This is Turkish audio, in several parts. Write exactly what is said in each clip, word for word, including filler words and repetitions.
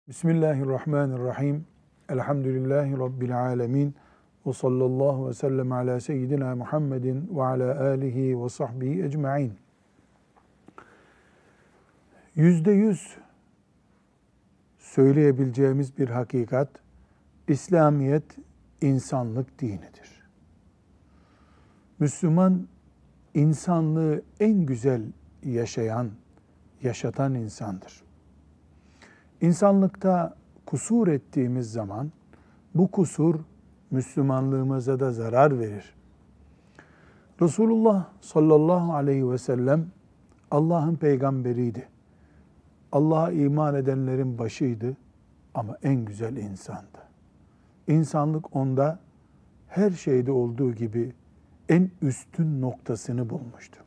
Bismillahirrahmanirrahim. Elhamdülillahi Rabbil alemin. Ve sallallahu ve sellem ala seyyidina Muhammedin ve ala alihi ve sahbihi ecma'in. Yüzde yüz söyleyebileceğimiz bir hakikat, İslamiyet insanlık dinidir. Müslüman, insanlığı en güzel yaşayan, yaşatan insandır. İnsanlıkta kusur ettiğimiz zaman bu kusur Müslümanlığımıza da zarar verir. Resulullah sallallahu aleyhi ve sellem Allah'ın peygamberiydi. Allah'a iman edenlerin başıydı ama en güzel insandı. İnsanlık onda her şeyde olduğu gibi en üstün noktasını bulmuştu.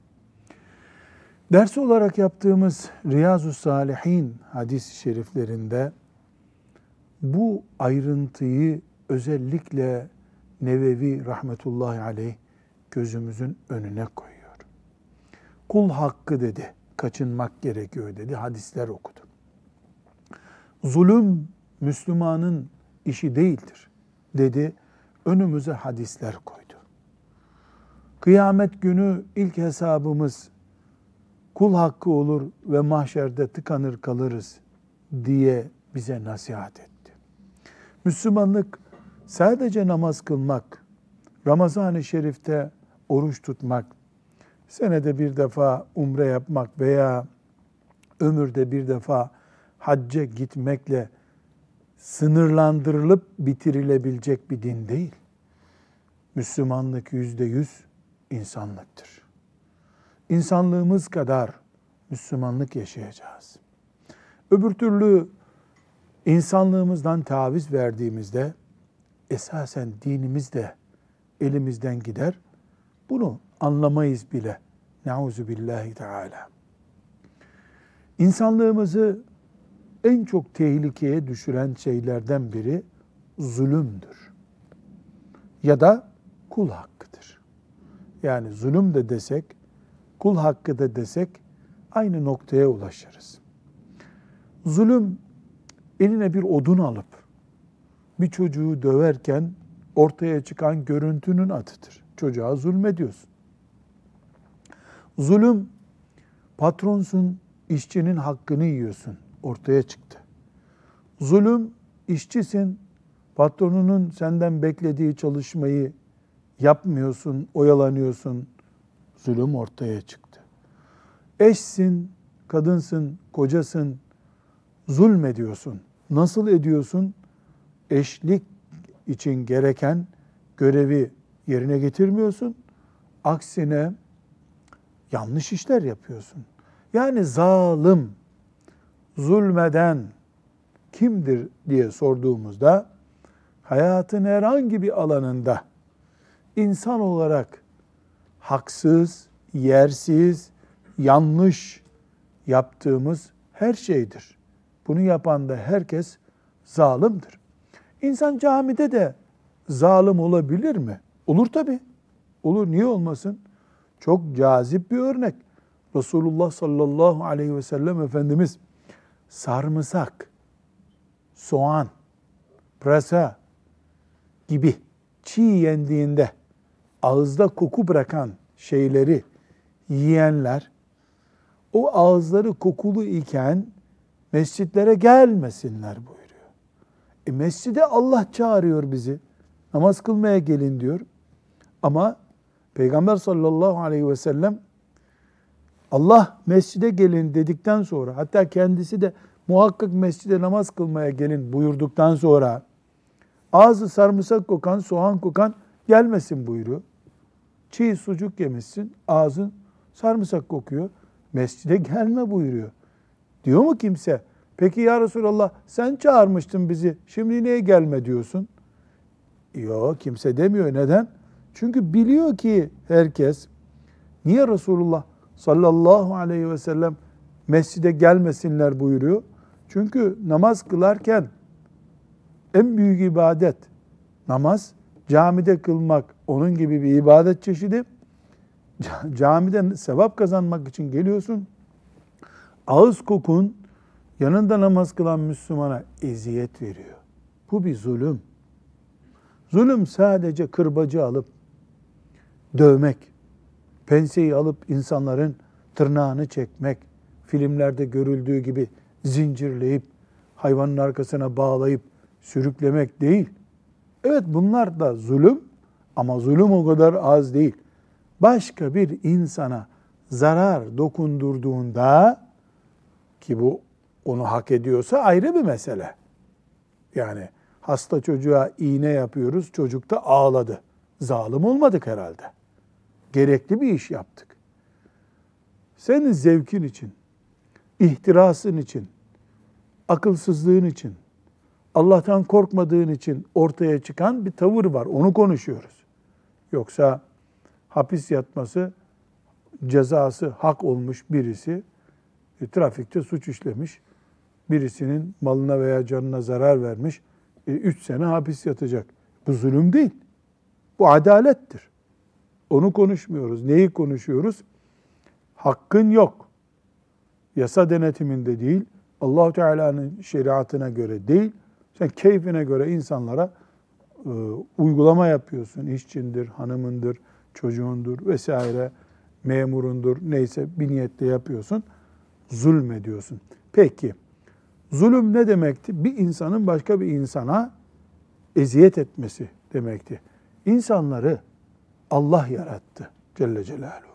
Ders olarak yaptığımız Riyazu's-Salihin hadis-i şeriflerinde bu ayrıntıyı özellikle Nevevi rahmetullahi aleyh gözümüzün önüne koyuyor. Kul hakkı dedi, kaçınmak gerekiyor dedi, hadisler okudu. Zulüm Müslümanın işi değildir dedi, önümüze hadisler koydu. Kıyamet günü ilk hesabımız kul hakkı olur ve mahşerde tıkanır kalırız diye bize nasihat etti. Müslümanlık sadece namaz kılmak, Ramazan-ı Şerif'te oruç tutmak, senede bir defa umre yapmak veya ömürde bir defa hacca gitmekle sınırlandırılıp bitirilebilecek bir din değil. Müslümanlık yüzde yüz insanlıktır. İnsanlığımız kadar Müslümanlık yaşayacağız. Öbür türlü insanlığımızdan taviz verdiğimizde esasen dinimiz de elimizden gider. Bunu anlamayız bile. Nauzu billahi teala. İnsanlığımızı en çok tehlikeye düşüren şeylerden biri zulümdür. Ya da kul hakkıdır. Yani zulüm de desek, kul hakkı da desek aynı noktaya ulaşırız. Zulüm, eline bir odun alıp bir çocuğu döverken ortaya çıkan görüntünün adıdır. Çocuğa zulmediyorsun. Zulüm, patronsun, işçinin hakkını yiyorsun. Ortaya çıktı. Zulüm, işçisin, patronunun senden beklediği çalışmayı yapmıyorsun, oyalanıyorsun. Zulüm ortaya çıktı. Eşsin, kadınsın, kocasın, zulmediyorsun. Nasıl ediyorsun? Eşlik için gereken görevi yerine getirmiyorsun. Aksine yanlış işler yapıyorsun. Yani zalim, zulmeden kimdir diye sorduğumuzda hayatın herhangi bir alanında insan olarak haksız, yersiz, yanlış yaptığımız her şeydir. Bunu yapan da herkes zalimdir. İnsan camide de zalim olabilir mi? Olur tabii. Olur, niye olmasın? Çok cazip bir örnek. Resulullah sallallahu aleyhi ve sellem Efendimiz sarımsak, soğan, pırasa gibi çiğ yendiğinde ağızda koku bırakan şeyleri yiyenler, o ağızları kokulu iken mescitlere gelmesinler buyuruyor. E mescide Allah çağırıyor bizi. Namaz kılmaya gelin diyor. Ama Peygamber sallallahu aleyhi ve sellem Allah mescide gelin dedikten sonra, hatta kendisi de muhakkak mescide namaz kılmaya gelin buyurduktan sonra ağzı sarımsak kokan, soğan kokan gelmesin buyuruyor. Çiğ sucuk yemişsin, ağzın sarımsak kokuyor. Mescide gelme buyuruyor. Diyor mu kimse? Peki ya Resulallah sen çağırmıştın bizi, şimdi niye gelme diyorsun? Yok, kimse demiyor. Neden? Çünkü biliyor ki herkes, niye Resulullah sallallahu aleyhi ve sellem mescide gelmesinler buyuruyor? Çünkü namaz kılarken en büyük ibadet namaz, camide kılmak onun gibi bir ibadet çeşidi. Camiden sevap kazanmak için geliyorsun. Ağız kokun yanında namaz kılan Müslümana eziyet veriyor. Bu bir zulüm. Zulüm sadece kırbacı alıp dövmek, penseyi alıp insanların tırnağını çekmek, filmlerde görüldüğü gibi zincirleyip hayvanın arkasına bağlayıp sürüklemek değil. Evet, bunlar da zulüm ama zulüm o kadar az değil. Başka bir insana zarar dokundurduğunda, ki bu onu hak ediyorsa ayrı bir mesele. Yani hasta çocuğa iğne yapıyoruz, çocuk da ağladı. Zalim olmadık herhalde. Gerekli bir iş yaptık. Senin zevkin için, ihtirasın için, akılsızlığın için, Allah'tan korkmadığın için ortaya çıkan bir tavır var. Onu konuşuyoruz. Yoksa hapis yatması, cezası hak olmuş birisi, e, trafikte suç işlemiş, birisinin malına veya canına zarar vermiş, e, üç sene hapis yatacak. Bu zulüm değil. Bu adalettir. Onu konuşmuyoruz. Neyi konuşuyoruz? Hakkın yok. Yasa denetiminde değil, Allah-u Teala'nın şeriatına göre değil, sen keyfine göre insanlara e, uygulama yapıyorsun. İşçindir, hanımındır, çocuğundur vesaire, memurundur, neyse bir niyetle yapıyorsun. Zulmediyorsun. Peki, zulüm ne demekti? Bir insanın başka bir insana eziyet etmesi demekti. İnsanları Allah yarattı Celle Celaluhu.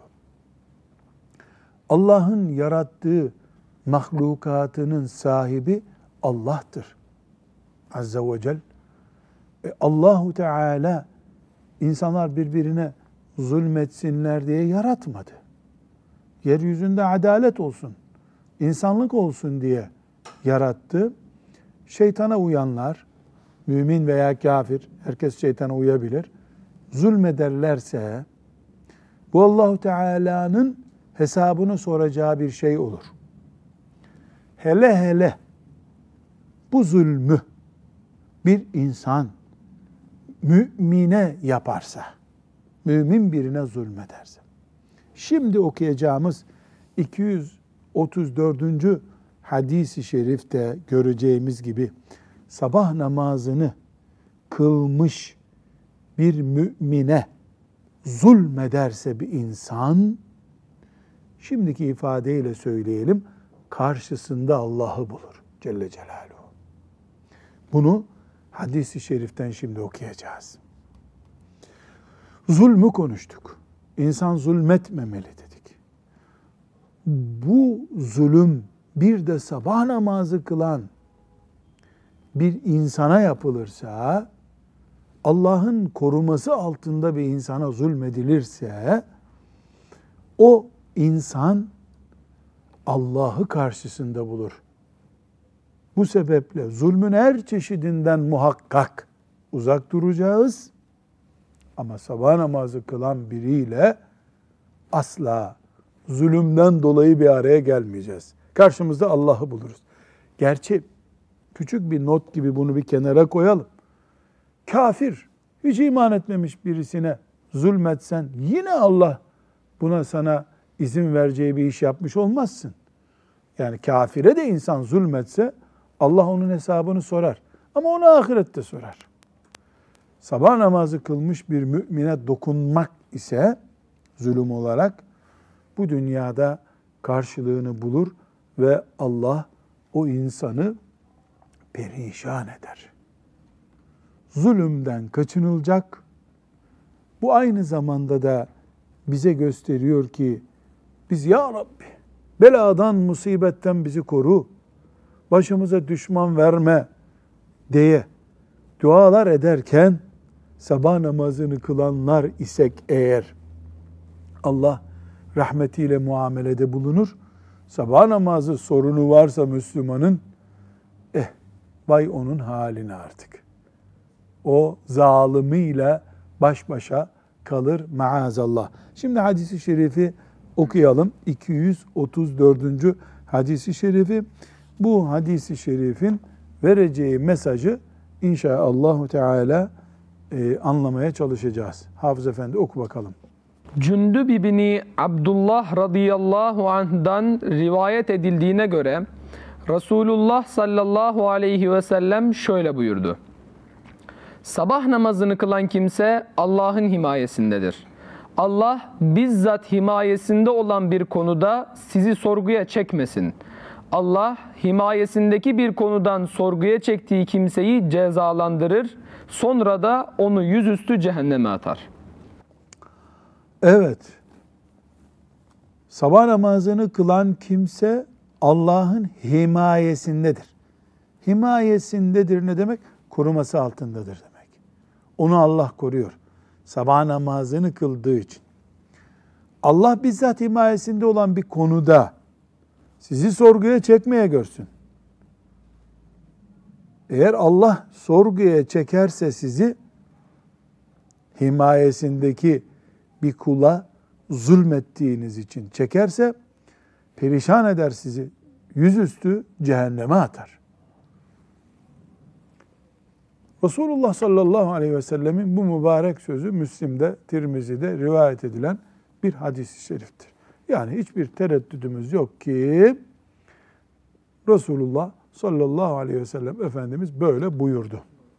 Allah'ın yarattığı mahlukatının sahibi Allah'tır Azze ve Celle. E Allahu Teala insanlar birbirine zulmetsinler diye yaratmadı. Yeryüzünde adalet olsun, insanlık olsun diye yarattı. Şeytana uyanlar, mümin veya kafir, herkes şeytana uyabilir, zulmederlerse bu Allahu Teala'nın hesabını soracağı bir şey olur. Hele hele bu zulmü bir insan mümine yaparsa, mümin birine zulmederse. Şimdi okuyacağımız iki yüz otuz dördüncü hadis-i şerifte göreceğimiz gibi sabah namazını kılmış bir mümine zulmederse bir insan, şimdiki ifadeyle söyleyelim, karşısında Allah'ı bulur Celle Celaluhu. Bunu hadis-i şeriften şimdi okuyacağız. Zulmü konuştuk. İnsan zulmetmemeli dedik. Bu zulüm bir de sabah namazı kılan bir insana yapılırsa, Allah'ın koruması altında bir insana zulmedilirse, o insan Allah'ı karşısında bulur. Bu sebeple zulmün her çeşidinden muhakkak uzak duracağız. Ama sabah namazı kılan biriyle asla zulümden dolayı bir araya gelmeyeceğiz. Karşımızda Allah'ı buluruz. Gerçi küçük bir not gibi bunu bir kenara koyalım. Kafir, hiç iman etmemiş birisine zulmetsen yine Allah buna sana izin vereceği bir iş yapmış olmazsın. Yani kafire de insan zulmetse Allah onun hesabını sorar. Ama onu ahirette sorar. Sabah namazı kılmış bir mümine dokunmak ise zulüm olarak bu dünyada karşılığını bulur ve Allah o insanı perişan eder. Zulümden kaçınılacak. Bu aynı zamanda da bize gösteriyor ki biz ya Rabbi beladan, musibetten bizi koru, başımıza düşman verme diye dualar ederken sabah namazını kılanlar isek eğer Allah rahmetiyle muamelede bulunur. Sabah namazı sorunu varsa Müslümanın, eh vay onun haline artık. O zalimiyle baş başa kalır maazallah. Şimdi hadisi şerifi okuyalım. iki yüz otuz dördüncü hadisi şerifi. Bu hadisi şerifin vereceği mesajı inşallah Teala e, anlamaya çalışacağız. Hafız Efendi oku bakalım. Cündüb İbni Abdullah radıyallahu anh'dan rivayet edildiğine göre Resulullah sallallahu aleyhi ve sellem şöyle buyurdu. Sabah namazını kılan kimse Allah'ın himayesindedir. Allah bizzat himayesinde olan bir konuda sizi sorguya çekmesin. Allah himayesindeki bir konudan sorguya çektiği kimseyi cezalandırır. Sonra da onu yüzüstü cehenneme atar. Evet. Sabah namazını kılan kimse Allah'ın himayesindedir. Himayesindedir ne demek? Koruması altındadır demek. Onu Allah koruyor. Sabah namazını kıldığı için. Allah bizzat himayesinde olan bir konuda sizi sorguya çekmeye görsün. Eğer Allah sorguya çekerse sizi, himayesindeki bir kula zulmettiğiniz için çekerse, perişan eder sizi, yüzüstü cehenneme atar. Resulullah sallallahu aleyhi ve sellemin bu mübarek sözü Müslim'de, Tirmizi'de rivayet edilen bir hadis-i şeriftir. Yani hiçbir tereddüdümüz yok ki Resulullah sallallahu aleyhi ve sellem Efendimiz böyle buyurdu.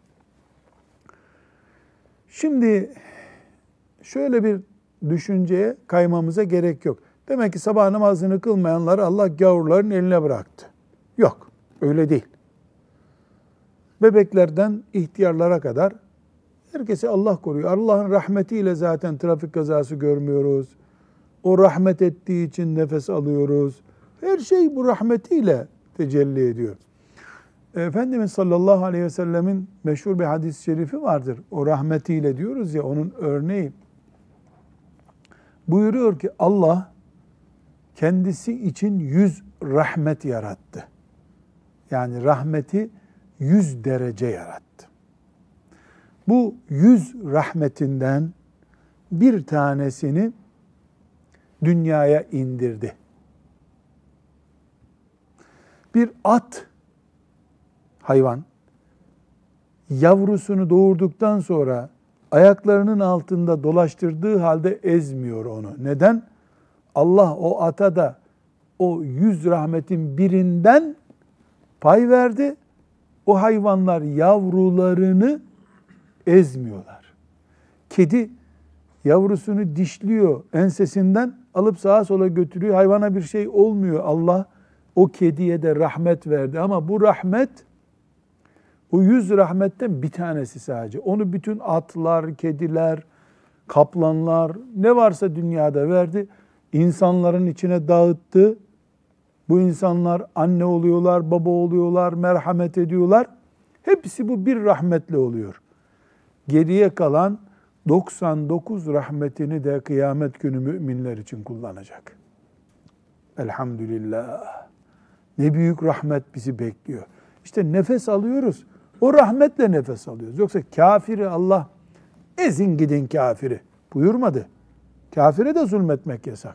Şimdi şöyle bir düşünceye kaymamıza gerek yok. Demek ki sabah namazını kılmayanları Allah gavurların eline bıraktı. Yok, öyle değil. Bebeklerden ihtiyarlara kadar herkesi Allah koruyor. Allah'ın rahmetiyle zaten trafik kazası görmüyoruz. O rahmet ettiği için nefes alıyoruz. Her şey bu rahmetiyle tecelli ediyor. Efendimiz sallallahu aleyhi ve sellemin meşhur bir hadis-i şerifi vardır. O rahmetiyle diyoruz ya, onun örneği. Buyuruyor ki Allah kendisi için yüz rahmet yarattı. Yani rahmeti yüz derece yarattı. Bu yüz rahmetinden bir tanesini dünyaya indirdi. Bir at, hayvan, yavrusunu doğurduktan sonra ayaklarının altında dolaştırdığı halde ezmiyor onu. Neden? Allah o ata da o yüz rahmetin birinden pay verdi. O hayvanlar yavrularını ezmiyorlar. Kedi yavrusunu dişliyor, ensesinden alıp sağa sola götürüyor. Hayvana bir şey olmuyor. Allah o kediye de rahmet verdi. Ama bu rahmet, o yüz rahmetten bir tanesi sadece. Onu bütün atlar, kediler, kaplanlar, ne varsa dünyada verdi. İnsanların içine dağıttı. Bu insanlar anne oluyorlar, baba oluyorlar, merhamet ediyorlar. Hepsi bu bir rahmetle oluyor. Geriye kalan doksan dokuz rahmetini de kıyamet günü müminler için kullanacak. Elhamdülillah. Ne büyük rahmet bizi bekliyor. İşte nefes alıyoruz. O rahmetle nefes alıyoruz. Yoksa kafiri Allah ezin gidin kafiri buyurmadı. Kafire de zulmetmek yasak.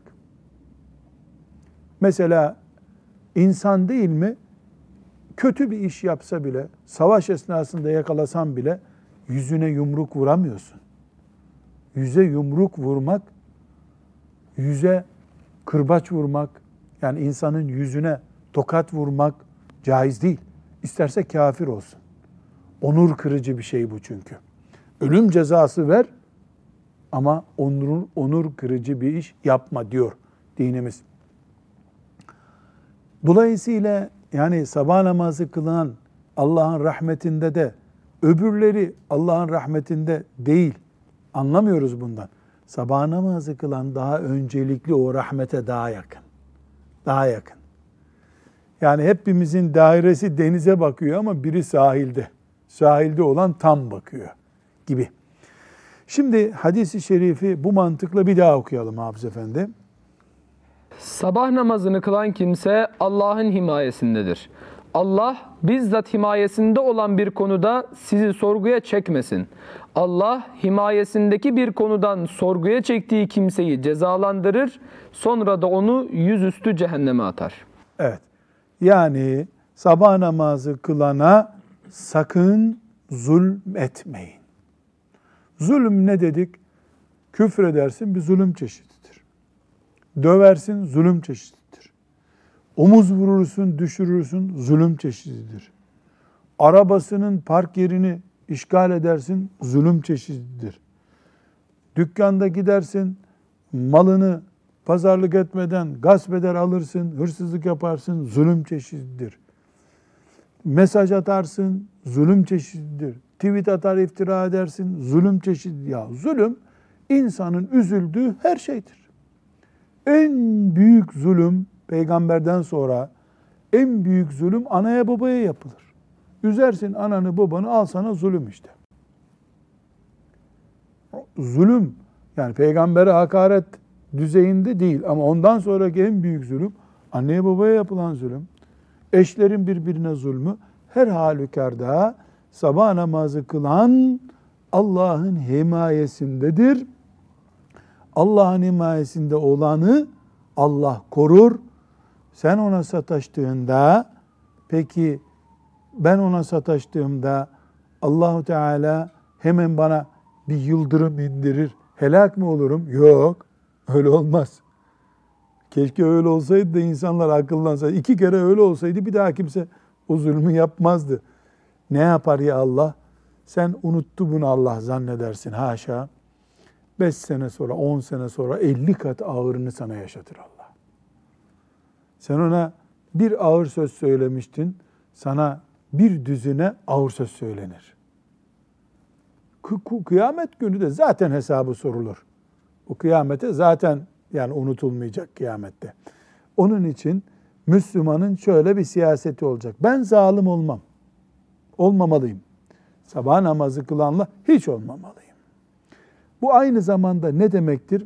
Mesela insan değil mi? Kötü bir iş yapsa bile, savaş esnasında yakalasan bile yüzüne yumruk vuramıyorsun. Yüze yumruk vurmak, yüze kırbaç vurmak, yani insanın yüzüne tokat vurmak caiz değil. İsterse kafir olsun. Onur kırıcı bir şey bu çünkü. Ölüm cezası ver ama onur, onur kırıcı bir iş yapma diyor dinimiz. Dolayısıyla yani sabah namazı kılan Allah'ın rahmetinde de öbürleri Allah'ın rahmetinde değil. Anlamıyoruz bundan. Sabah namazı kılan daha öncelikli o rahmete daha yakın. Daha yakın. Yani hepimizin dairesi denize bakıyor ama biri sahilde. Sahilde olan tam bakıyor gibi. Şimdi hadis-i şerifi bu mantıkla bir daha okuyalım Hafız Efendi. Sabah namazını kılan kimse Allah'ın himayesindedir. Allah bizzat himayesinde olan bir konuda sizi sorguya çekmesin. Allah himayesindeki bir konudan sorguya çektiği kimseyi cezalandırır, sonra da onu yüzüstü cehenneme atar. Evet. Yani sabah namazı kılana sakın zulmetmeyin. Zulüm ne dedik? Küfredersin, bir zulüm çeşididir. Döversin, zulüm çeşididir. Omuz vurursun, düşürürsün, zulüm çeşididir. Arabasının park yerini işgal edersin, zulüm çeşididir. Dükkanda gidersin, malını pazarlık etmeden gasp eder alırsın, hırsızlık yaparsın, zulüm çeşididir. Mesaj atarsın, zulüm çeşididir. Tweet atar, iftira edersin, zulüm çeşididir. Ya zulüm, insanın üzüldüğü her şeydir. En büyük zulüm, peygamberden sonra en büyük zulüm anaya babaya yapılır. Üzersin ananı babanı, al sana zulüm işte. Zulüm, yani peygambere hakaret düzeyinde değil ama ondan sonraki en büyük zulüm anneye babaya yapılan zulüm. Eşlerin birbirine zulmü, her halükarda sabah namazı kılan Allah'ın himayesindedir. Allah'ın himayesinde olanı Allah korur. Sen ona sataştığında, peki ben ona sataştığımda Allahu Teala hemen bana bir yıldırım indirir, helak mı olurum? Yok, öyle olmaz. Keşke öyle olsaydı da insanlar akıllansaydı. İki kere öyle olsaydı bir daha kimse o zulmü yapmazdı. Ne yapar ya Allah? Sen unuttu bunu Allah zannedersin, haşa. Beş sene sonra, on sene sonra elli kat ağırını sana yaşatır Allah. Sen ona bir ağır söz söylemiştin, sana bir düzine ağır söz söylenir. Kıyamet günü de zaten hesabı sorulur. O kıyamete zaten yani unutulmayacak kıyamette. Onun için Müslümanın şöyle bir siyaseti olacak. Ben zalim olmam. Olmamalıyım. Sabah namazı kılanla hiç olmamalıyım. Bu aynı zamanda ne demektir?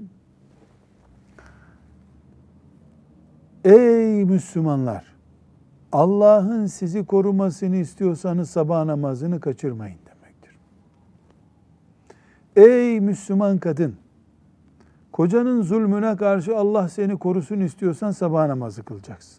Ey Müslümanlar! Allah'ın sizi korumasını istiyorsanız sabah namazını kaçırmayın demektir. Ey Müslüman kadın! Kocanın zulmüne karşı Allah seni korusun istiyorsan sabah namazı kılacaksın.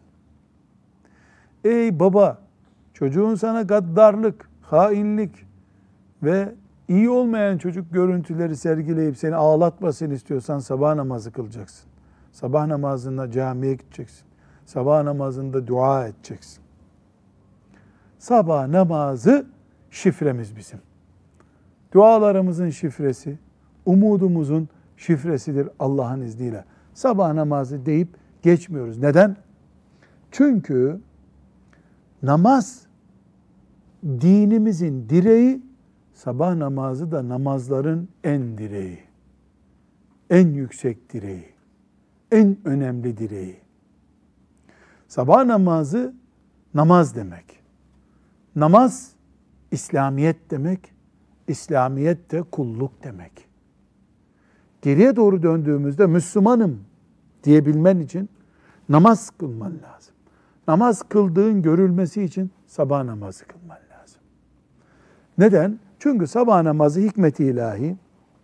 Ey baba! Çocuğun sana gaddarlık, hainlik ve iyi olmayan çocuk görüntüleri sergileyip seni ağlatmasını istiyorsan sabah namazı kılacaksın. Sabah namazında camiye gideceksin. Sabah namazında dua edeceksin. Sabah namazı şifremiz bizim. Dualarımızın şifresi, umudumuzun şifresidir Allah'ın izniyle. Sabah namazı deyip geçmiyoruz. Neden? Çünkü namaz dinimizin direği, sabah namazı da namazların en direği. En yüksek direği. En önemli direği. Sabah namazı namaz demek. Namaz İslamiyet demek. İslamiyet de kulluk demek. Geriye doğru döndüğümüzde Müslümanım diyebilmen için namaz kılman lazım. Namaz kıldığın görülmesi için sabah namazı kılman lazım. Neden? Çünkü sabah namazı hikmet-i ilahi.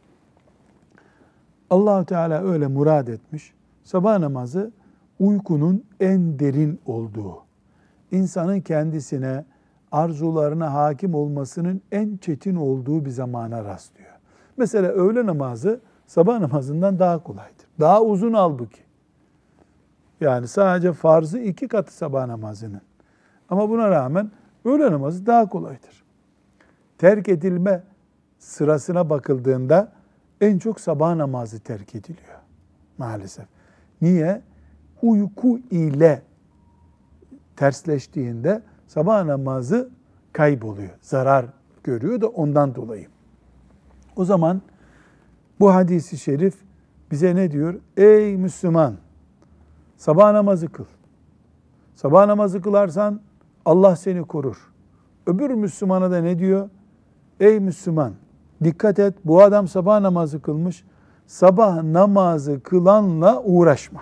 Allah-u Teala öyle murad etmiş. Sabah namazı uykunun en derin olduğu, insanın kendisine, arzularına hakim olmasının en çetin olduğu bir zamana rastlıyor. Mesela öğle namazı sabah namazından daha kolaydır. Daha uzun halbuki. Yani sadece farzı iki katı sabah namazının. Ama buna rağmen öğle namazı daha kolaydır. Terk edilme sırasına bakıldığında en çok sabah namazı terk ediliyor maalesef. Niye? Uyku ile tersleştiğinde sabah namazı kayboluyor, zarar görüyor da ondan dolayı. O zaman bu hadis-i şerif bize ne diyor? Ey Müslüman! Sabah namazı kıl. Sabah namazı kılarsan Allah seni korur. Öbür Müslümana da ne diyor? Ey Müslüman! Dikkat et, bu adam sabah namazı kılmış. Sabah namazı kılanla uğraşma.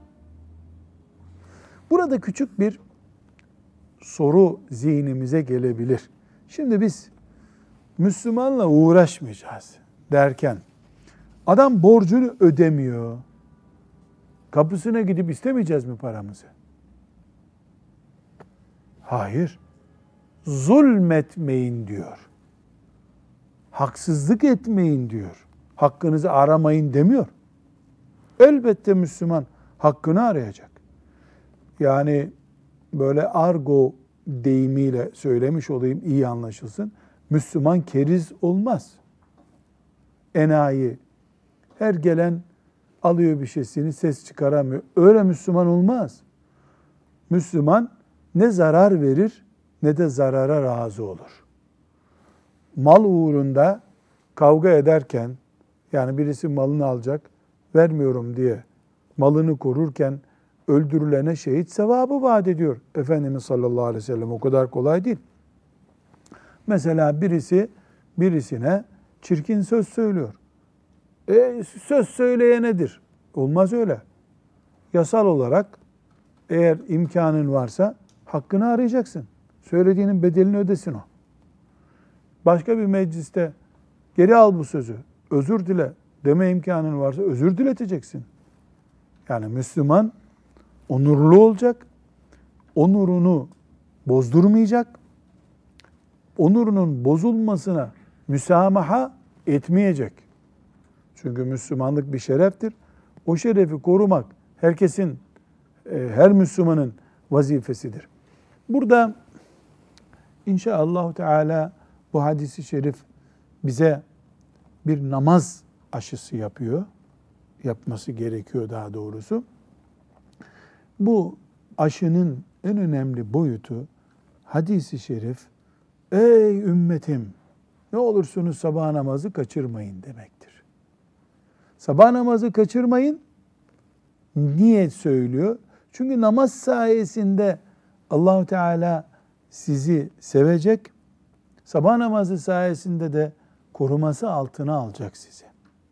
Burada küçük bir soru zihnimize gelebilir. Şimdi biz Müslümanla uğraşmayacağız derken adam borcunu ödemiyor. Kapısına gidip istemeyeceğiz mi paramızı? Hayır. Zulmetmeyin diyor. Haksızlık etmeyin diyor. Hakkınızı aramayın demiyor. Elbette Müslüman hakkını arayacak. Yani böyle argo deyimiyle söylemiş olayım, iyi anlaşılsın. Müslüman keriz olmaz. Enayi. Her gelen alıyor bir şeysini, ses çıkaramıyor. Öyle Müslüman olmaz. Müslüman ne zarar verir ne de zarara razı olur. Mal uğrunda kavga ederken, yani birisi malını alacak, vermiyorum diye malını korurken öldürülene şehit sevabı vaat ediyor Efendimiz sallallahu aleyhi ve sellem. O kadar kolay değil. Mesela birisi birisine çirkin söz söylüyor. E, söz söyleyenedir. Olmaz öyle. Yasal olarak eğer imkanın varsa hakkını arayacaksın. Söylediğinin bedelini ödesin o. Başka bir mecliste geri al bu sözü, özür dile deme imkanın varsa özür dileteceksin. Yani Müslüman onurlu olacak, onurunu bozdurmayacak, onurunun bozulmasına müsamaha etmeyecek. Çünkü Müslümanlık bir şereftir. O şerefi korumak herkesin, her Müslümanın vazifesidir. Burada inşallah Teala bu hadisi şerif bize bir namaz aşısı yapıyor. Yapması gerekiyor daha doğrusu. Bu aşının en önemli boyutu hadisi şerif, ey ümmetim ne olursunuz sabah namazı kaçırmayın demektir. Sabah namazı kaçırmayın. Niye söylüyor? Çünkü namaz sayesinde Allah-u Teala sizi sevecek. Sabah namazı sayesinde de koruması altına alacak sizi.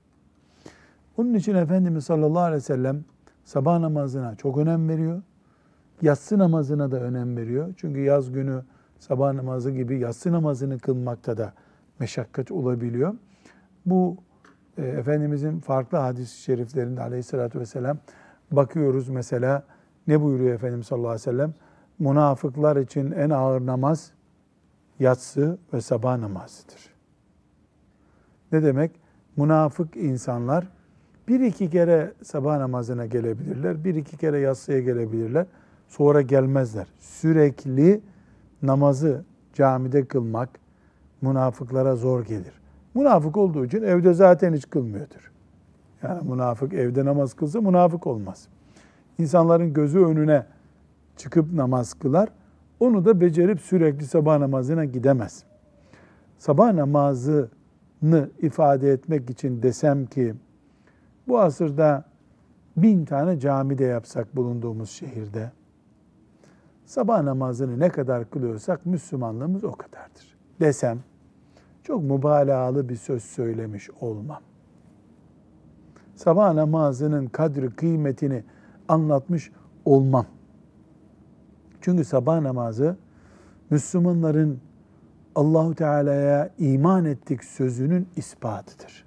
Onun için Efendimiz sallallahu aleyhi ve sellem sabah namazına çok önem veriyor. Yatsı namazına da önem veriyor. Çünkü yaz günü sabah namazı gibi yatsı namazını kılmakta da meşakkat olabiliyor. Bu e, Efendimizin farklı hadis-i şeriflerinde aleyhissalatü vesselam bakıyoruz mesela ne buyuruyor Efendimiz sallallahu aleyhi ve sellem? Münafıklar için en ağır namaz yatsı ve sabah namazıdır. Ne demek? Münafık insanlar bir iki kere sabah namazına gelebilirler, bir iki kere yatsıya gelebilirler, sonra gelmezler. Sürekli namazı camide kılmak münafıklara zor gelir. Münafık olduğu için evde zaten hiç kılmıyordur. Yani münafık evde namaz kılsa münafık olmaz. İnsanların gözü önüne çıkıp namaz kılar, onu da becerip sürekli sabah namazına gidemez. Sabah namazını ifade etmek için desem ki, bu asırda bin tane camide yapsak bulunduğumuz şehirde, sabah namazını ne kadar kılıyorsak Müslümanlığımız o kadardır desem, çok mübalağalı bir söz söylemiş olmam. Sabah namazının kadri kıymetini anlatmış olmam. Çünkü sabah namazı Müslümanların Allahu Teala'ya iman ettik sözünün ispatıdır.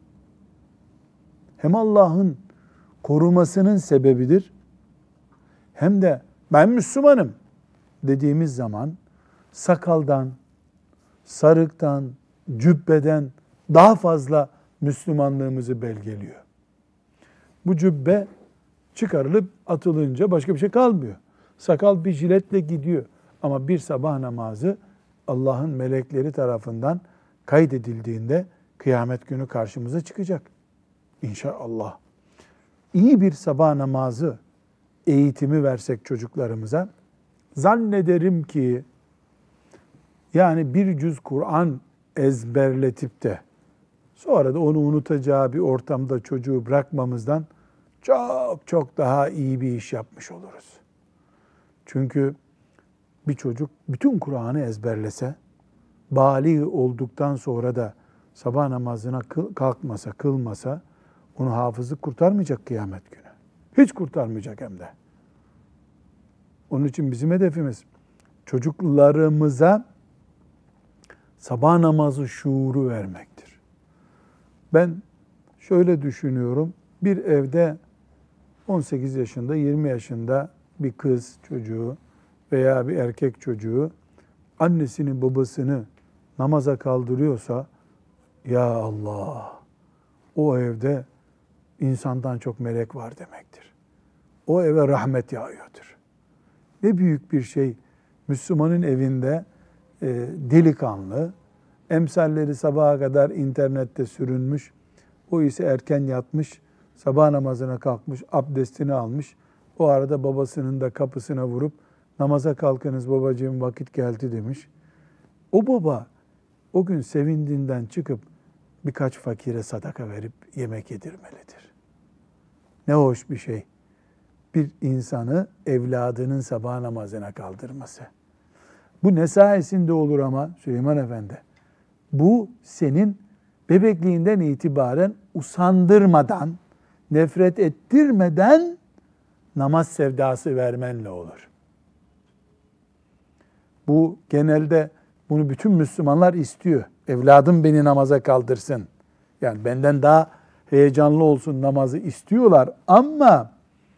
Hem Allah'ın korumasının sebebidir, hem de ben Müslümanım dediğimiz zaman sakaldan, sarıktan, cübbeden daha fazla Müslümanlığımızı belgeliyor. Bu cübbe çıkarılıp atılınca başka bir şey kalmıyor. Sakal bir jiletle gidiyor. Ama bir sabah namazı Allah'ın melekleri tarafından kaydedildiğinde kıyamet günü karşımıza çıkacak. İnşallah. İyi bir sabah namazı eğitimi versek çocuklarımıza, zannederim ki yani bir cüz Kur'an ezberletip de sonra da onu unutacağı bir ortamda çocuğu bırakmamızdan çok çok daha iyi bir iş yapmış oluruz. Çünkü bir çocuk bütün Kur'an'ı ezberlese, bâlig olduktan sonra da sabah namazına kalkmasa, kılmasa, onu hafızlık kurtarmayacak kıyamet günü. Hiç kurtarmayacak hem de. Onun için bizim hedefimiz çocuklarımıza sabah namazı şuuru vermektir. Ben şöyle düşünüyorum, bir evde on sekiz yaşında, yirmi yaşında bir kız çocuğu veya bir erkek çocuğu annesini babasını namaza kaldırıyorsa, ya Allah, o evde insandan çok melek var demektir. O eve rahmet yağıyordur. Ne büyük bir şey. Müslümanın evinde e, delikanlı, emsalleri sabaha kadar internette sürünmüş, o ise erken yatmış, sabah namazına kalkmış, abdestini almış. O arada babasının da kapısına vurup, namaza kalkınız babacığım vakit geldi demiş. O baba o gün sevindiğinden çıkıp birkaç fakire sadaka verip yemek yedirmelidir. Ne hoş bir şey. Bir insanı evladının sabah namazına kaldırması. Bu ne sayesinde olur ama Süleyman Efendi? Bu senin bebekliğinden itibaren usandırmadan, nefret ettirmeden namaz sevdası vermenle olur. Bu genelde bunu bütün Müslümanlar istiyor. Evladım beni namaza kaldırsın. Yani benden daha heyecanlı olsun namazı istiyorlar ama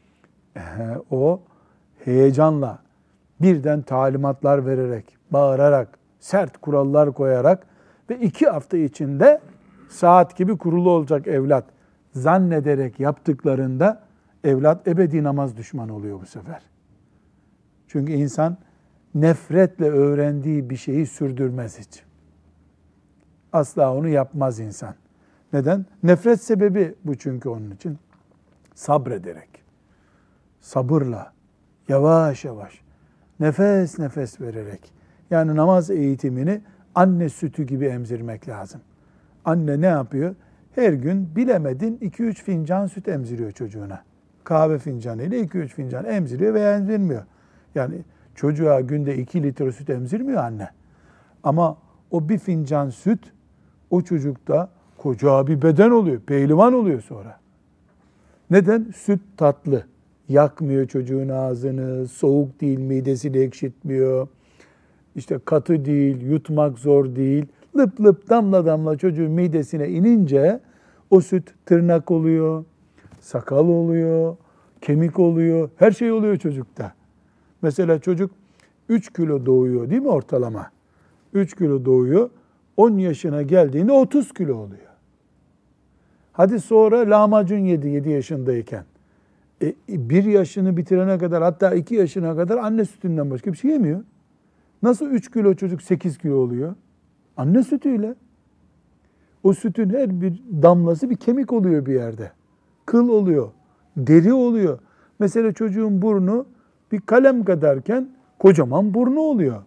o heyecanla birden talimatlar vererek, bağırarak, sert kurallar koyarak ve iki hafta içinde saat gibi kurulu olacak evlat zannederek yaptıklarında evlat ebedi namaz düşmanı oluyor bu sefer. Çünkü insan nefretle öğrendiği bir şeyi sürdürmez hiç. Asla onu yapmaz insan. Neden? Nefret sebebi bu çünkü onun için. Sabrederek, sabırla, yavaş yavaş, nefes nefes vererek. Yani namaz eğitimini anne sütü gibi emzirmek lazım. Anne ne yapıyor? Her gün bilemedin iki üç fincan süt emziriyor çocuğuna. Kahve fincanı ile iki üç fincan emziriyor veya emzirmiyor. Yani çocuğa günde iki litre süt emzirmiyor anne. Ama o bir fincan süt o çocukta koca bir beden oluyor, pehlivan oluyor sonra. Neden? Süt tatlı. Yakmıyor çocuğun ağzını, soğuk değil, midesini ekşitmiyor. İşte katı değil, yutmak zor değil. Lıp lıp damla damla çocuğun midesine inince o süt tırnak oluyor, sakal oluyor, kemik oluyor, her şey oluyor çocukta. Mesela çocuk üç kilo doğuyor değil mi ortalama? üç kilo doğuyor, on yaşına geldiğinde otuz kilo oluyor. Hadi sonra lahmacun yedi yedi yaşındayken. E, bir yaşını bitirene kadar hatta iki yaşına kadar anne sütünden başka bir şey yemiyor. Nasıl üç kilo çocuk sekiz kilo oluyor? Anne sütüyle. O sütün her bir damlası bir kemik oluyor bir yerde. Kıl oluyor, deri oluyor. Mesela çocuğun burnu bir kalem kadarken kocaman burnu oluyor.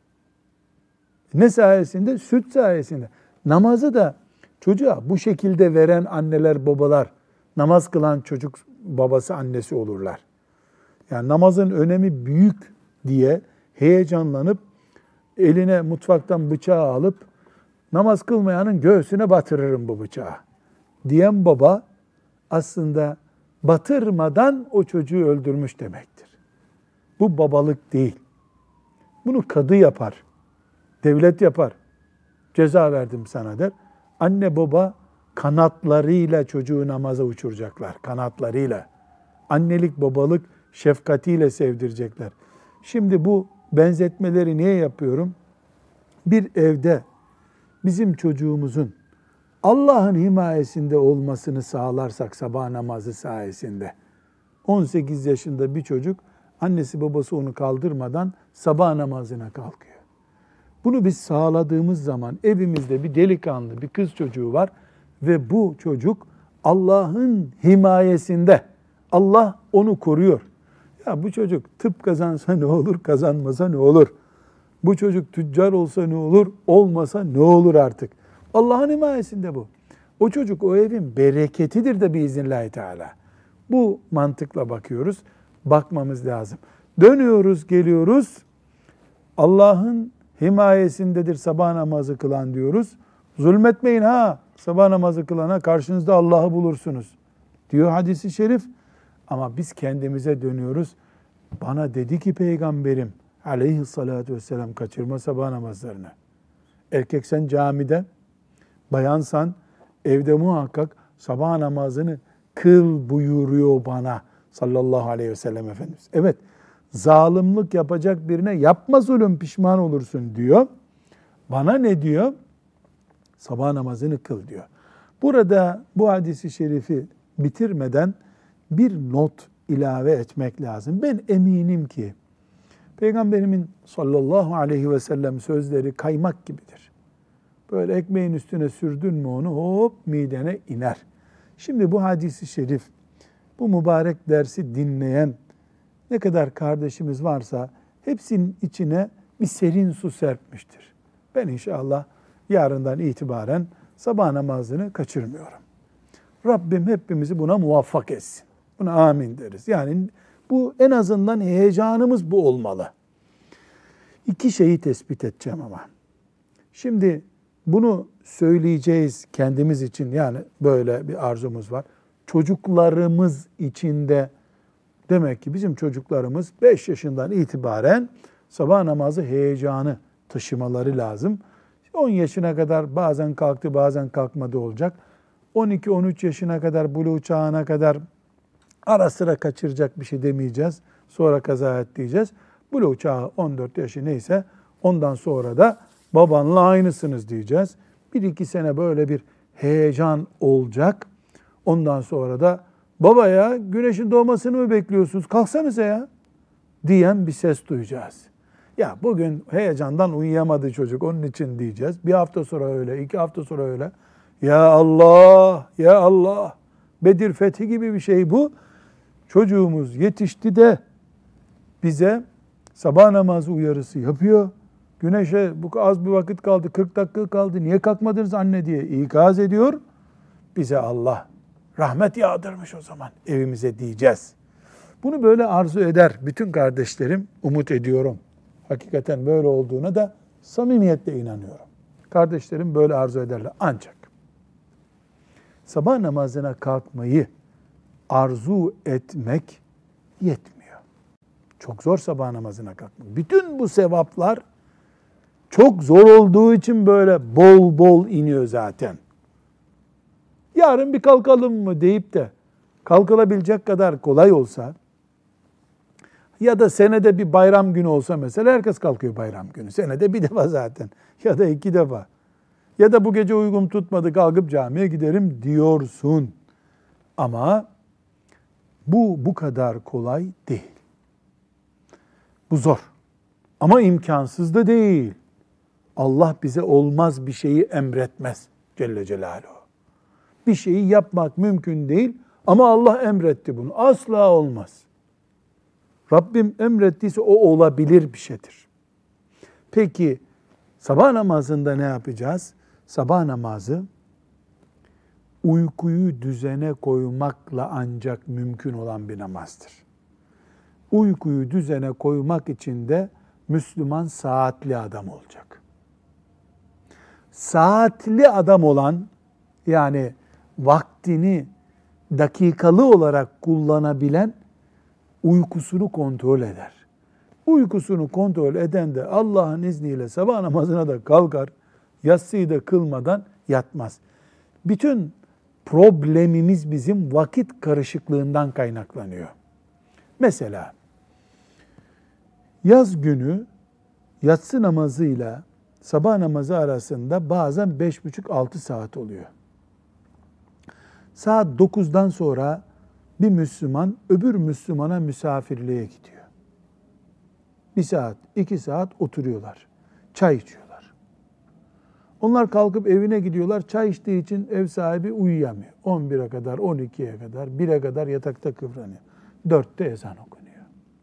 Ne sayesinde? Süt sayesinde. Namazı da çocuğa bu şekilde veren anneler, babalar, namaz kılan çocuk babası, annesi olurlar. Yani namazın önemi büyük diye heyecanlanıp eline mutfaktan bıçağı alıp namaz kılmayanın göğsüne batırırım bu bıçağı diyen baba aslında batırmadan o çocuğu öldürmüş demektir. Bu babalık değil. Bunu kadı yapar, devlet yapar. Ceza verdim sana der. Anne baba kanatlarıyla çocuğu namaza uçuracaklar. Kanatlarıyla. Annelik babalık şefkatiyle sevdirecekler. Şimdi bu benzetmeleri niye yapıyorum? Bir evde bizim çocuğumuzun Allah'ın himayesinde olmasını sağlarsak sabah namazı sayesinde on sekiz yaşında bir çocuk annesi babası onu kaldırmadan sabah namazına kalkıyor. Bunu biz sağladığımız zaman evimizde bir delikanlı, bir kız çocuğu var ve bu çocuk Allah'ın himayesinde. Allah onu koruyor. Ya bu çocuk tıp kazansa ne olur, kazanmasa ne olur? Bu çocuk tüccar olsa ne olur, olmasa ne olur artık? Allah'ın himayesinde bu. O çocuk o evin bereketidir de biiznillahü teala. Bu mantıkla bakıyoruz. Bakmamız lazım. Dönüyoruz, geliyoruz. Allah'ın himayesindedir sabah namazı kılan diyoruz. Zulmetmeyin ha, sabah namazı kılana karşınızda Allah'ı bulursunuz diyor hadis-i şerif. Ama biz kendimize dönüyoruz. Bana dedi ki Peygamberim aleyhissalatü vesselam kaçırma sabah namazlarını. Erkek sen camide, bayansan evde muhakkak sabah namazını kıl buyuruyor bana sallallahu aleyhi ve sellem Efendimiz. Evet, zalimlik yapacak birine yapma zulüm pişman olursun diyor. Bana ne diyor? Sabah namazını kıl diyor. Burada bu hadisi şerifi bitirmeden bir not ilave etmek lazım. Ben eminim ki Peygamberimin sallallahu aleyhi ve sellem sözleri kaymak gibidir. Böyle ekmeğin üstüne sürdün mü onu hop midene iner. Şimdi bu hadisi şerif, bu mübarek dersi dinleyen ne kadar kardeşimiz varsa hepsinin içine bir serin su serpmiştir. Ben inşallah yarından itibaren sabah namazını kaçırmıyorum. Rabbim hepimizi buna muvaffak etsin. Buna amin deriz. Yani bu en azından heyecanımız bu olmalı. İki şeyi tespit edeceğim ama. Şimdi bunu söyleyeceğiz kendimiz için, yani böyle bir arzumuz var. Çocuklarımız için de demek ki bizim çocuklarımız beş yaşından itibaren sabah namazı heyecanı taşımaları lazım. on yaşına kadar bazen kalktı bazen kalkmadı olacak. on iki on üç yaşına kadar, buluğ çağına kadar ara sıra kaçıracak bir şey demeyeceğiz. Sonra kaza et diyeceğiz. Buluğ çağı on dört yaşı neyse ondan sonra da babanla aynısınız diyeceğiz. Bir iki sene böyle bir heyecan olacak. Ondan sonra da baba ya güneşin doğmasını mı bekliyorsunuz? Kalksanıza ya diyen bir ses duyacağız. Ya bugün heyecandan uyuyamadı çocuk onun için diyeceğiz. Bir hafta sonra öyle, iki hafta sonra öyle. Ya Allah, ya Allah. Bedir fethi gibi bir şey bu. Çocuğumuz yetişti de bize sabah namazı uyarısı yapıyor. Güneşe bu az bir vakit kaldı, kırk dakika kaldı. Niye kalkmadınız anne diye ikaz ediyor. Bize Allah rahmet yağdırmış o zaman evimize diyeceğiz. Bunu böyle arzu eder bütün kardeşlerim, umut ediyorum. Hakikaten böyle olduğuna da samimiyetle inanıyorum. Kardeşlerim böyle arzu ederler. Ancak sabah namazına kalkmayı arzu etmek yetmiyor. Çok zor sabah namazına kalkmak. Bütün bu sevaplar çok zor olduğu için böyle bol bol iniyor zaten. Yarın bir kalkalım mı deyip de kalkılabilecek kadar kolay olsa ya da senede bir bayram günü olsa mesela, herkes kalkıyor bayram günü. Senede bir defa zaten ya da iki defa. Ya da bu gece uygun tutmadı kalkıp camiye giderim diyorsun. Ama bu bu kadar kolay değil. Bu zor. Ama imkansız da değil. Allah bize olmaz bir şeyi emretmez Celle Celaluhu. Bir şeyi yapmak mümkün değil ama Allah emretti bunu. Asla olmaz. Rabbim emrettiyse o olabilir bir şeydir. Peki sabah namazında ne yapacağız? Sabah namazı uykuyu düzene koymakla ancak mümkün olan bir namazdır. Uykuyu düzene koymak için de Müslüman saatli adam olacak. Saatli adam olan, yani vaktini dakikalı olarak kullanabilen uykusunu kontrol eder. Uykusunu kontrol eden de Allah'ın izniyle sabah namazına da kalkar, yatsıyı da kılmadan yatmaz. Bütün problemimiz bizim vakit karışıklığından kaynaklanıyor. Mesela yaz günü yatsı namazıyla sabah namazı arasında bazen beş buçuk altı saat oluyor. Saat dokuzdan sonra bir Müslüman öbür Müslümana misafirliğe gidiyor. Bir saat, iki saat oturuyorlar. Çay içiyorlar. Onlar kalkıp evine gidiyorlar. Çay içtiği için ev sahibi uyuyamıyor. on bire kadar, on ikiye kadar, bire kadar yatakta kıvranıyor. dörtte ezan okunuyor.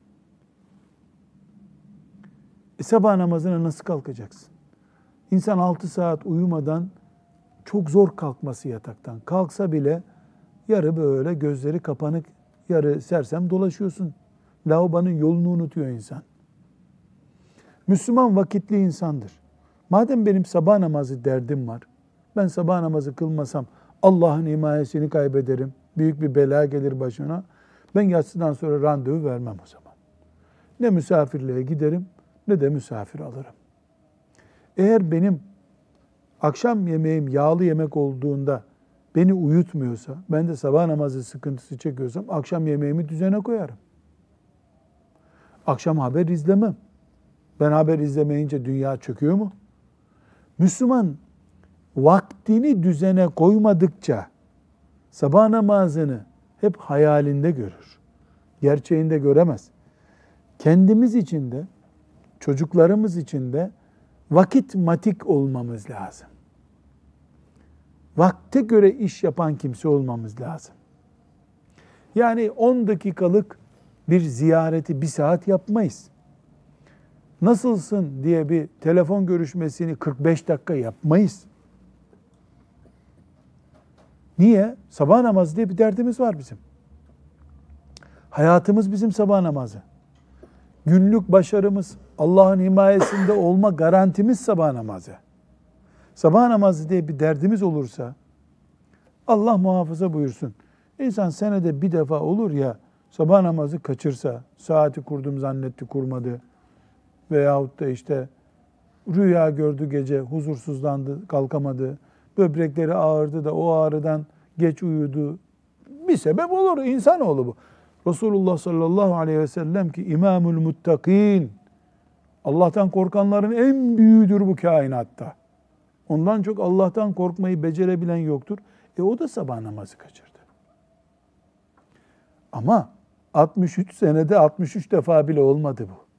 E sabah namazına nasıl kalkacaksın? İnsan altı saat uyumadan çok zor kalkması yataktan. Kalksa bile yarı böyle gözleri kapanık, yarı sersem dolaşıyorsun. Lavabonun yolunu unutuyor insan. Müslüman vakitli insandır. Madem benim sabah namazı derdim var, ben sabah namazı kılmasam Allah'ın himayesini kaybederim, büyük bir bela gelir başına, ben yatsıdan sonra randevu vermem o zaman. Ne misafirliğe giderim, ne de misafir alırım. Eğer benim akşam yemeğim yağlı yemek olduğunda beni uyutmuyorsa, ben de sabah namazı sıkıntısı çekiyorsam akşam yemeğimi düzene koyarım. Akşam haber izlemem. Ben haber izlemeyince dünya çöküyor mu? Müslüman vaktini düzene koymadıkça sabah namazını hep hayalinde görür. Gerçeğinde göremez. Kendimiz için de çocuklarımız için de vakit matik olmamız lazım. Vakte göre iş yapan kimse olmamız lazım. Yani on dakikalık bir ziyareti bir saat yapmayız. Nasılsın diye bir telefon görüşmesini kırk beş dakika yapmayız. Niye? Sabah namazı diye bir derdimiz var bizim. Hayatımız bizim sabah namazı. Günlük başarımız, Allah'ın himayesinde olma garantimiz sabah namazı. Sabah namazı diye bir derdimiz olursa, Allah muhafaza buyursun. İnsan senede bir defa olur ya, sabah namazı kaçırsa, saati kurdum zannetti kurmadı, veyahut da işte rüya gördü gece, huzursuzlandı, kalkamadı, böbrekleri ağrıdı da o ağrıdan geç uyudu. Bir sebep olur, insanoğlu bu. Resulullah sallallahu aleyhi ve sellem ki imamul muttakin, Allah'tan korkanların en büyüğüdür bu kainatta. Ondan çok Allah'tan korkmayı becerebilen yoktur. E o da sabah namazı kaçırdı. Ama altmış üç senede altmış üç defa bile olmadı bu.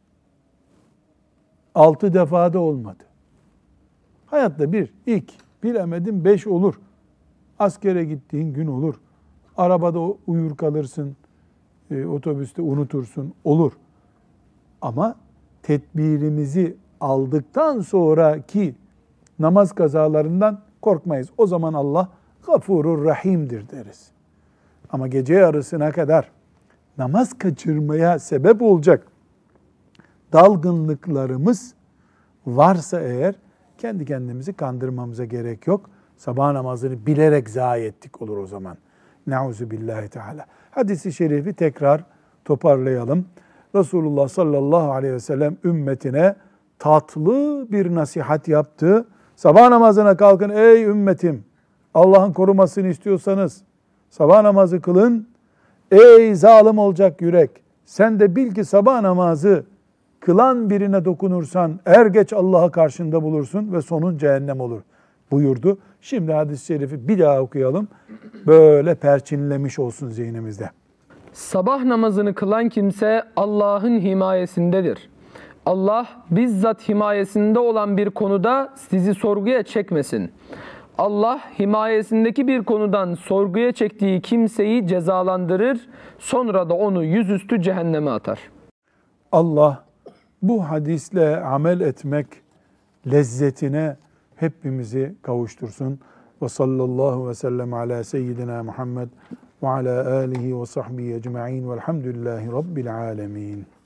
altı defa da olmadı. Hayatta bir, ilk, bilemedim beş olur. Askere gittiğin gün olur. Arabada uyur kalırsın, e, otobüste unutursun, olur. Ama tedbirimizi aldıktan sonraki namaz kazalarından korkmayız. O zaman Allah Gafurur Rahim'dir deriz. Ama gece yarısına kadar namaz kaçırmaya sebep olacak dalgınlıklarımız varsa eğer kendi kendimizi kandırmamıza gerek yok. Sabah namazını bilerek zayi ettik olur o zaman. Nauzu billahi teala. Hadis-i şerifi tekrar toparlayalım. Resulullah sallallahu aleyhi ve sellem ümmetine tatlı bir nasihat yaptı. Sabah namazına kalkın ey ümmetim. Allah'ın korumasını istiyorsanız sabah namazı kılın. Ey zalim olacak yürek. Sen de bil ki sabah namazı kılan birine dokunursan er geç Allah'ı karşında bulursun ve sonun cehennem olur buyurdu. Şimdi hadis-i şerifi bir daha okuyalım. Böyle perçinlemiş olsun zihnimizde. Sabah namazını kılan kimse Allah'ın himayesindedir. Allah bizzat himayesinde olan bir konuda sizi sorguya çekmesin. Allah himayesindeki bir konudan sorguya çektiği kimseyi cezalandırır, sonra da onu yüzüstü cehenneme atar. Allah bu hadisle amel etmek lezzetine hepimizi kavuştursun. Ve sallallahu ve sellem ala seyyidina Muhammed ve ala alihi ve sahbihi ecma'in velhamdülillahi rabbil alemin.